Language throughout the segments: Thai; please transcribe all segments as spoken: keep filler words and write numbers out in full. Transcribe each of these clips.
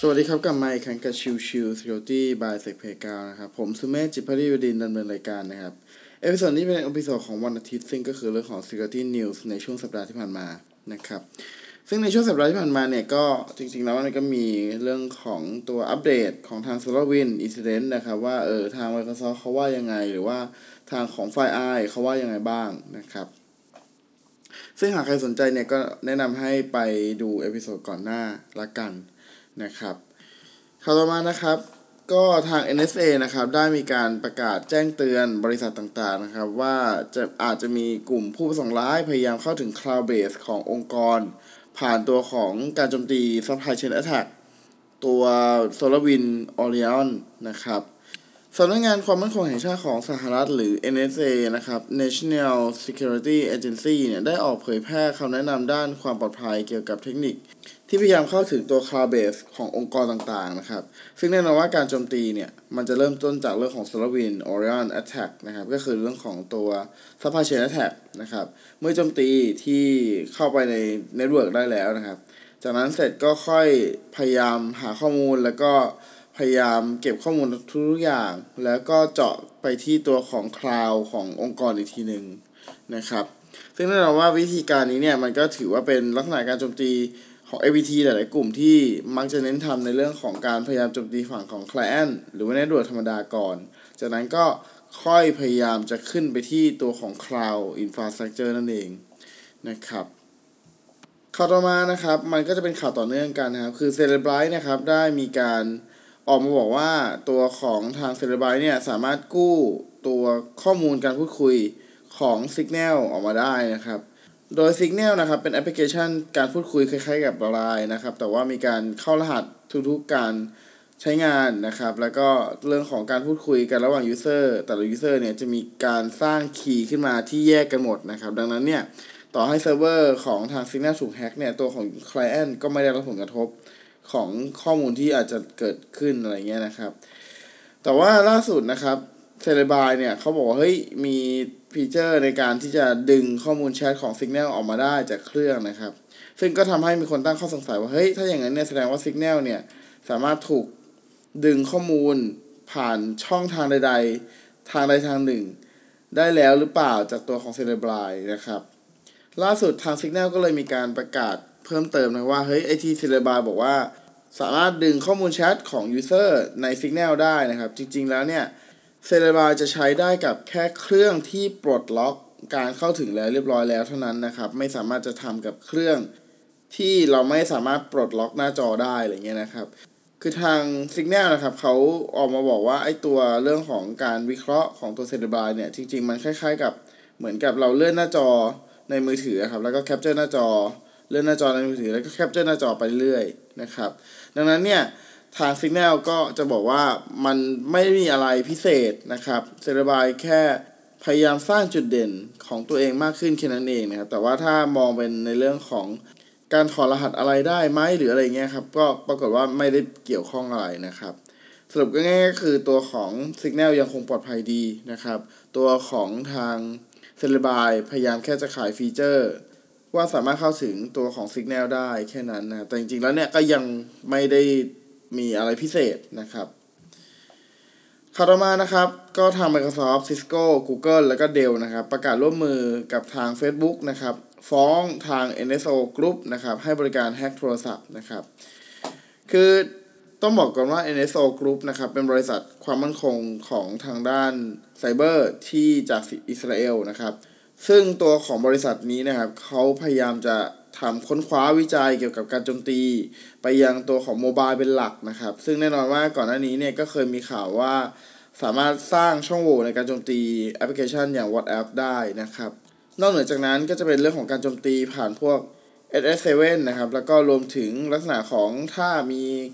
สวัสดีครับกลับมาอีกครั้งกับชิวชิว Security by Sec Playground นะครับผมสุเมธจิตรพัทรวดินทร์ดำเนินรายการนะครับเอพิโซดนี้เป็นเอพิโซดของวันอาทิตย์ซึ่งก็คือเรื่องของ Security News ในช่วงสัปดาห์ที่ผ่านมานะครับซึ่งในช่วงสัปดาห์ที่ผ่านมาเนี่ยก็จริงๆแล้วมันก็มีเรื่องของตัวอัปเดตของทาง SolarWinds Incident นะครับว่าเออทาง Microsoft เขาว่ายังไงหรือว่าทางของ FireEye เขาว่ายังไงบ้างนะครับซึ่งหากใครสนใจเนี่ยก็แนะนำให้ไปดูเอพิโซดก่อนหน้าละกันนะครับข่าวต่อมานะครับก็ทาง เอ็น เอส เอ นะครับได้มีการประกาศแจ้งเตือนบริษัทต่างๆนะครับว่าจะอาจจะมีกลุ่มผู้ประสงค์ร้ายพยายามเข้าถึง Cloud Base ขององค์กรผ่านตัวของการโจมตี Supply Chain Attack ตัว SolarWinds Orion นะครับสำนักงานความมั่นคงแห่งชาติของสหรัฐหรือ เอ็น เอส เอ นะครับ National Security Agency เนี่ยได้ออกเผยแพร่คำแนะนำด้านความปลอดภัยเกี่ยวกับเทคนิคที่พยายามเข้าถึงตัว Cloud Base ขององค์กรต่างๆนะครับซึ่งแน่นอนว่าการโจมตีเนี่ยมันจะเริ่มต้นจากเรื่องของ SolarWinds Orion Attack นะครับก็คือเรื่องของตัว Supply Chain Attack นะครับเมื่อโจมตีที่เข้าไปใน Network ได้แล้วนะครับจากนั้นเสร็จก็ค่อยพยายามหาข้อมูลแล้วก็พยายามเก็บข้อมูลทุกอย่างแล้วก็เจาะไปที่ตัวของ Cloud ขององค์กรอีกทีหนึ่งนะครับซึ่งแน่นอนว่าวิธีการนี้เนี่ยมันก็ถือว่าเป็นลักษณะการโจมตีของ เอ วี ที หลายๆกลุ่มที่มักจะเน้นทำในเรื่องของการพยายามโจมตีฝั่งของ Client หรือว่า Network ธรรมดาก่อนจากนั้นก็ค่อยพยายามจะขึ้นไปที่ตัวของ Cloud Infrastructure นั่นเองนะครับข่าวต่อมานะครับมันก็จะเป็นข่าวต่อเนื่องกันนะครับคือ Cellebrite นะครับได้มีการออกมาบอกว่าตัวของทาง Cellebrite เนี่ยสามารถกู้ตัวข้อมูลการพูดคุยของ Signal ออกมาได้นะครับโดย Signal นะครับเป็นแอปพลิเคชันการพูดคุยคล้ายๆกับ ไลน์ นะครับแต่ว่ามีการเข้ารหัสทุกๆการใช้งานนะครับแล้วก็เรื่องของการพูดคุยกันระหว่าง User แต่ละ User เนี่ยจะมีการสร้างคีย์ขึ้นมาที่แยกกันหมดนะครับดังนั้นเนี่ยต่อให้เซิร์ฟเวอร์ของทาง Signal ถูกแฮ็กเนี่ยตัวของ Client ก็ไม่ได้รับผลกระทบของข้อมูลที่อาจจะเกิดขึ้นอะไรเงี้ยนะครับแต่ว่าล่าสุดนะครับ Cellebrite เนี่ยเขาบอกว่าเฮ้ยมีฟีเจอร์ในการที่จะดึงข้อมูลแชทของ Signal ออกมาได้จากเครื่องนะครับซึ่งก็ทำให้มีคนตั้งข้อสงสัยว่าเฮ้ยถ้าอย่างนั้นเนี่ยแสดงว่า Signal เนี่ยสามารถถูกดึงข้อมูลผ่านช่องทางใดๆทางใดทางหนึ่งได้แล้วหรือเปล่าจากตัวของ Cellebrite นะครับล่าสุดทาง Signal ก็เลยมีการประกาศเพิ่มเติมนะว่าเฮ้ยไอที่ Cellebrite บอกว่าสามารถดึงข้อมูลแชทของ User ใน Signal ได้นะครับจริงๆแล้วเนี่ย Cellebrite จะใช้ได้กับแค่เครื่องที่ปลดล็อกการเข้าถึงแล้วเรียบร้อยแล้วเท่านั้นนะครับไม่สามารถจะทำกับเครื่องที่เราไม่สามารถปลดล็อกหน้าจอได้อะไรเงี้ยนะครับคือทาง Signal นะครับเขาออกมาบอกว่าไอ้ตัวเรื่องของการวิเคราะห์ของตัว Cellebrite เนี่ยจริงๆมันคล้ายๆกับเหมือนกับเราเลื่อนหน้าจอในมือถือครับแล้วก็แคปเจอร์หน้าจอเลื่อนหน้าจอในมือถือแล้วก็แคปเจอร์หน้าจอไปเรื่อยๆนะครับดังนั้นเนี่ยทาง Signal ก็จะบอกว่ามันไม่มีอะไรพิเศษนะครับ Cellebrite แค่พยายามสร้างจุดเด่นของตัวเองมากขึ้นแค่นั้นเองนะครับแต่ว่าถ้ามองเป็นในเรื่องของการถอดรหัสอะไรได้ไหมหรืออะไรเงี้ยครับก็ปรากฏว่าไม่ได้เกี่ยวข้องอะไรนะครับสรุปก็ง่ายๆก็คือตัวของ Signal ยังคงปลอดภัยดีนะครับตัวของทาง Cellebrite พยายามแค่จะขายฟีเจอร์ว่าสามารถเข้าถึงตัวของ Signal ได้แค่นั้นนะแต่จริงๆแล้วเนี่ยก็ยังไม่ได้มีอะไรพิเศษนะครับข่าวต่อมานะครับก็ทาง Microsoft Cisco Google แล้วก็ Dell นะครับประกาศร่วมมือกับทาง Facebook นะครับฟ้องทาง เอ็น เอส โอ Group นะครับให้บริการแฮ็กโทรศัพท์นะครับคือต้องบอกก่อนว่า เอ็น เอส โอ Group นะครับเป็นบริษัทความมั่นคงของทางด้านไซเบอร์ที่จากอิสราเอลนะครับซึ่งตัวของบริษัทนี้นะครับเขาพยายามจะทำค้นคว้าวิจัยเกี่ยวกับการโจมตีไปยังตัวของโมบายเป็นหลักนะครับซึ่งแน่นอนว่าก่อนหน้านี้เนี่ยก็เคยมีข่าวว่าสามารถสร้างช่องโหว่ในการโจมตีแอปพลิเคชันอย่าง WhatsApp ได้นะครับนอกเหนือจากนั้นก็จะเป็นเรื่องของการโจมตีผ่านพวก เอส เอส เซเว่น นะครับแล้วก็รวมถึงลักษณะของถ้ามี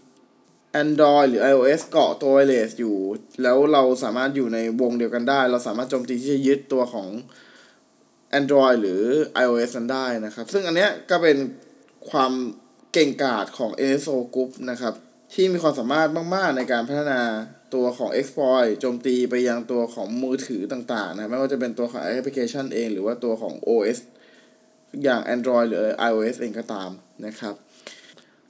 Android หรือ iOS เกาะตัวไวเลสอยู่แล้วเราสามารถอยู่ในวงเดียวกันได้เราสามารถโจมตีที่จะยึดตัวของAndroid หรือ iOS นั้นได้นะครับซึ่งอันเนี้ยก็เป็นความเก่งกาจของ เอ็น เอส โอ Group นะครับที่มีความสามารถมากๆในการพัฒนาตัวของ exploit โจมตีไปยังตัวของมือถือต่างๆนะไม่ว่าจะเป็นตัวของแอปพลิเคชันเองหรือว่าตัวของ โอ เอส อย่าง Android หรือ iOS เองก็ตามนะครับ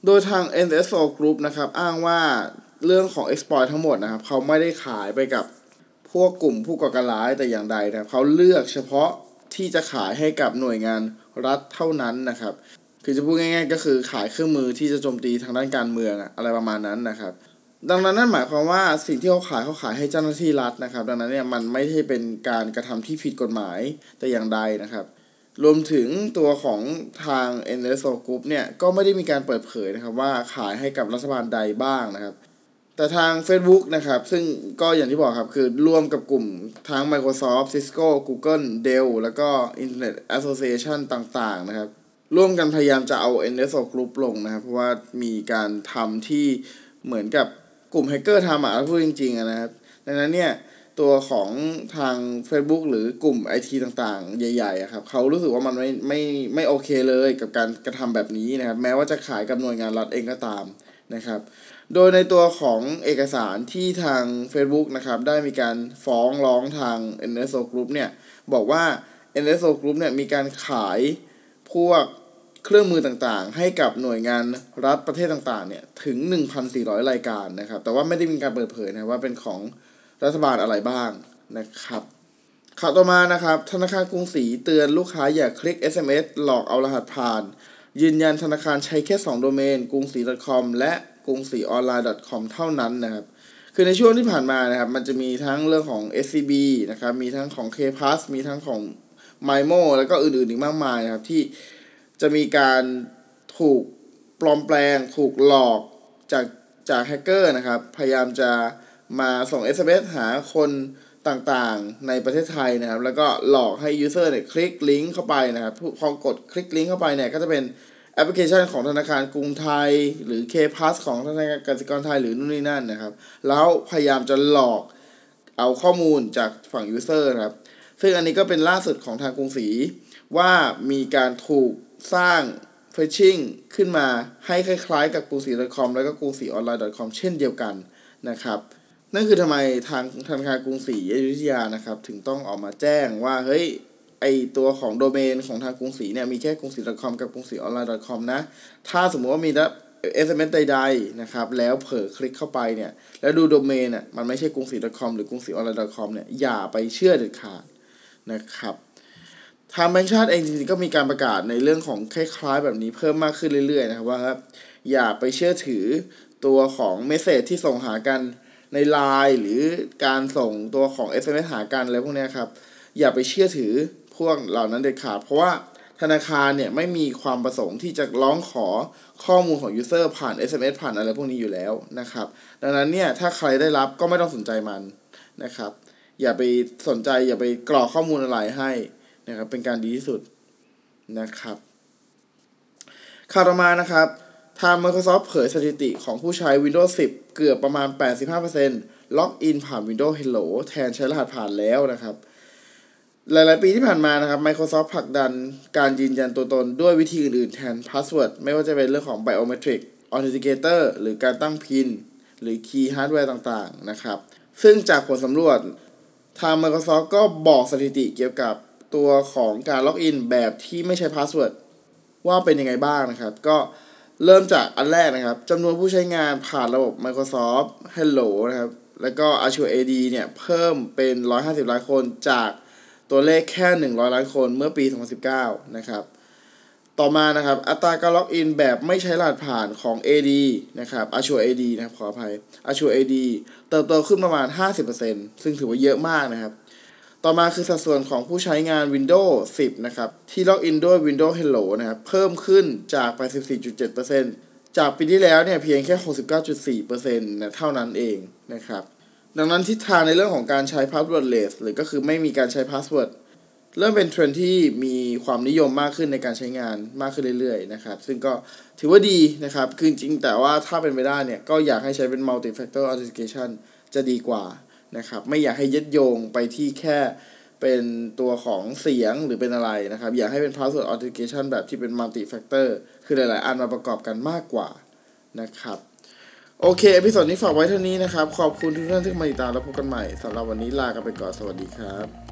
โดยทาง เอ็น เอส โอ Group นะครับอ้างว่าเรื่องของ exploit ทั้งหมดนะครับเขาไม่ได้ขายไปกับพวกกลุ่มผู้ก่อการร้ายแต่อย่างใดนะครับเขาเลือกเฉพาะที่จะขายให้กับหน่วยงานรัฐเท่านั้นนะครับคือจะพูดง่ายๆก็คือขายเครื่องมือที่จะโจมตีทางด้านการเมืองอะไรประมาณนั้นนะครับดังนั้นนั่นหมายความว่าสิ่งที่เขาขายเขาขายให้เจ้าหน้าที่รัฐนะครับดังนั้นเนี่ยมันไม่ใช่เป็นการกระทำที่ผิดกฎหมายแต่อย่างใดนะครับรวมถึงตัวของทาง เอ็น เอส โอ Group เนี่ยก็ไม่ได้มีการเปิดเผยนะครับว่าขายให้กับรัฐบาลใดบ้างนะครับแต่ทาง Facebook นะครับซึ่งก็อย่างที่บอกครับคือร่วมกับกลุ่มทั้ง Microsoft Cisco Google Dell แล้วก็ Internet Association ต่างๆนะครับร่วมกันพยายามจะเอา เอ็น เอส โอ Group ลงนะครับเพราะว่ามีการทำที่เหมือนกับกลุ่มแฮกเกอร์ทำอ่ะพูดจริงๆนะครับดังนั้นเนี่ยตัวของทาง Facebook หรือกลุ่ม ไอ ที ต่างๆใหญ่ๆครับเขารู้สึกว่ามันไม่ไม่ไม่โอเคเลยกับการกระทำแบบนี้นะครับแม้ว่าจะขายกับหน่วยงานรัฐเองก็ตามนะครับโดยในตัวของเอกสารที่ทาง Facebook นะครับได้มีการฟ้องร้องทาง เอ็น เอส โอ Group เนี่ยบอกว่า เอ็น เอส โอ Group เนี่ยมีการขายพวกเครื่องมือต่างๆให้กับหน่วยงานรัฐประเทศต่างๆเนี่ยถึง หนึ่งพันสี่ร้อย รายการนะครับแต่ว่าไม่ได้มีการเปิดเผยนะว่าเป็นของรัฐบาลอะไรบ้างนะครับข่าวต่อมานะครับธนาคารกรุงศรีเตือนลูกค้าอย่าคลิก เอส เอ็ม เอส หลอกเอารหัสผ่านยืนยันธนาคารใช้แค่สองโดเมนกรุงศรี .com และกรุงศรีออนไลน์ .com เท่านั้นนะครับคือในช่วงที่ผ่านมานะครับมันจะมีทั้งเรื่องของ เอส ซี บี นะครับมีทั้งของ K Plus มีทั้งของ Maimo แล้วก็อื่นๆอีกมากมายนะครับที่จะมีการถูกปลอมแปลงถูกหลอกจากจากแฮกเกอร์นะครับพยายามจะมาส่ง เอส เอ็ม เอส หาคนต่างๆในประเทศไทยนะครับแล้วก็หลอกให้ user เนี่ยคลิกลิงก์เข้าไปนะครับพอกดคลิกลิงก์เข้าไปเนี่ยก็จะเป็นแอปพลิเคชันของธนาคารกรุงไทยหรือ K Plus ของธนาคารกสิกรไทยหรือนู่นนี่นั่นนะครับแล้วพยายามจะหลอกเอาข้อมูลจากฝั่ง user นะครับซึ่งอันนี้ก็เป็นล่าสุดของทางกรุงศรีว่ามีการถูกสร้าง phishing ขึ้นมาให้คล้ายๆกับกรุงศรี .com แล้วก็กรุงศรีออนไลน์ .com เช่นเดียวกันนะครับนั่นคือทำไมทางธนาคารกรุงศรีอยุธยานะครับถึงต้องออกมาแจ้งว่าเฮ้ยไอตัวของโดเมนของทางกรุงศรีเนี่ยมีแค่กรุงศรี .com กับกรุงศรีออนไลน์ .com นะถ้าสมมติว่ามี เอส เอ็ม เอส ใดๆนะครับแล้วเผลอคลิกเข้าไปเนี่ยแล้วดูโดเมนอ่ะมันไม่ใช่กรุงศรี .com หรือกรุงศรีออนไลน์ .com เนี่ยอย่าไปเชื่อเด็ดขาดนะครับทางแบงก์ชาติเองจริงๆก็มีการประกาศในเรื่องของคล้ายๆแบบนี้เพิ่มมากขึ้นเรื่อยๆนะครับว่าอย่าไปเชื่อถือตัวของเมสเสจที่ส่งหากันใน ไลน์ หรือการส่งตัวของ เอส เอ็ม เอส หากันอะไรพวกนี้ครับอย่าไปเชื่อถือพวกเหล่านั้นเด็ดขาดเพราะว่าธนาคารเนี่ยไม่มีความประสงค์ที่จะร้องขอข้อมูลของ user ผ่าน เอส เอ็ม เอส ผ่านอะไรพวกนี้อยู่แล้วนะครับดังนั้นเนี่ยถ้าใครได้รับก็ไม่ต้องสนใจมันนะครับอย่าไปสนใจอย่าไปกรอกข้อมูลอะไรให้นะครับเป็นการดีที่สุดนะครับข่าวต่อมานะครับทาง Microsoft เผยสถิติของผู้ใช้ Windows สิบ เกือบประมาณ แปดสิบห้าเปอร์เซ็นต์ ล็อกอินผ่าน Windows Hello แทนใช้รหัสผ่านแล้วนะครับหลายๆปีที่ผ่านมานะครับ Microsoft ผลักดันการยืนยันตัวตนด้วยวิธีอื่นๆแทน Password ไม่ว่าจะเป็นเรื่องของ Biometric Authenticator หรือการตั้ง พิน หรือ Key Hardware ต่างๆนะครับซึ่งจากผลสำรวจทาง Microsoft ก็บอกสถิติเกี่ยวกับตัวของการล็อกอินแบบที่ไม่ใช้ Password ว่าเป็นยังไงบ้างนะครับก็เริ่มจากอันแรกนะครับจำนวนผู้ใช้งานผ่านระบบ Microsoft Hello นะครับแล้วก็ Azure เอ ดี เนี่ยเพิ่มเป็นหนึ่งร้อยห้าสิบล้านคนจากตัวเลขแค่หนึ่งร้อยล้านคนเมื่อปีสองพันสิบเก้านะครับต่อมานะครับอัตราการล็อกอินแบบไม่ใช้รหัสผ่านของ เอ ดี นะครับ Azure เอ ดี นะครับขออภัย Azure เอ ดี เติบโตขึ้นประมาณ ห้าสิบเปอร์เซ็นต์ ซึ่งถือว่าเยอะมากนะครับต่อมาคือสัดส่วนของผู้ใช้งาน Windows สิบ นะครับที่ล็อกอินด้วย Windows Hello นะครับเพิ่มขึ้นจาก แปดสิบสี่จุดเจ็ดเปอร์เซ็นต์ จากปีที่แล้วเนี่ยเพียงแค่ หกสิบเก้าจุดสี่เปอร์เซ็นต์ นะเท่านั้นเองนะครับดังนั้นทิศทางในเรื่องของการใช้ passwordless หรือก็คือไม่มีการใช้ password เริ่มเป็นเทรนด์ที่มีความนิยมมากขึ้นในการใช้งานมากขึ้นเรื่อยๆนะครับซึ่งก็ถือว่าดีนะครับคือจริงแต่ว่าถ้าเป็นไปได้เนี่ยก็อยากให้ใช้เป็น multi factor authentication จะดีกว่านะครับไม่อยากให้ยึดโยงไปที่แค่เป็นตัวของเสียงหรือเป็นอะไรนะครับอยากให้เป็น password authentication แบบที่เป็น multi factor คือหลายๆอันมาประกอบกันมากกว่านะครับโอเคเอพิโซดนี้ฝากไว้เท่านี้นะครับขอบคุณทุกท่านที่มาติดตามแล้วพบกันใหม่สำหรับวันนี้ลากันไปก่อนสวัสดีครับ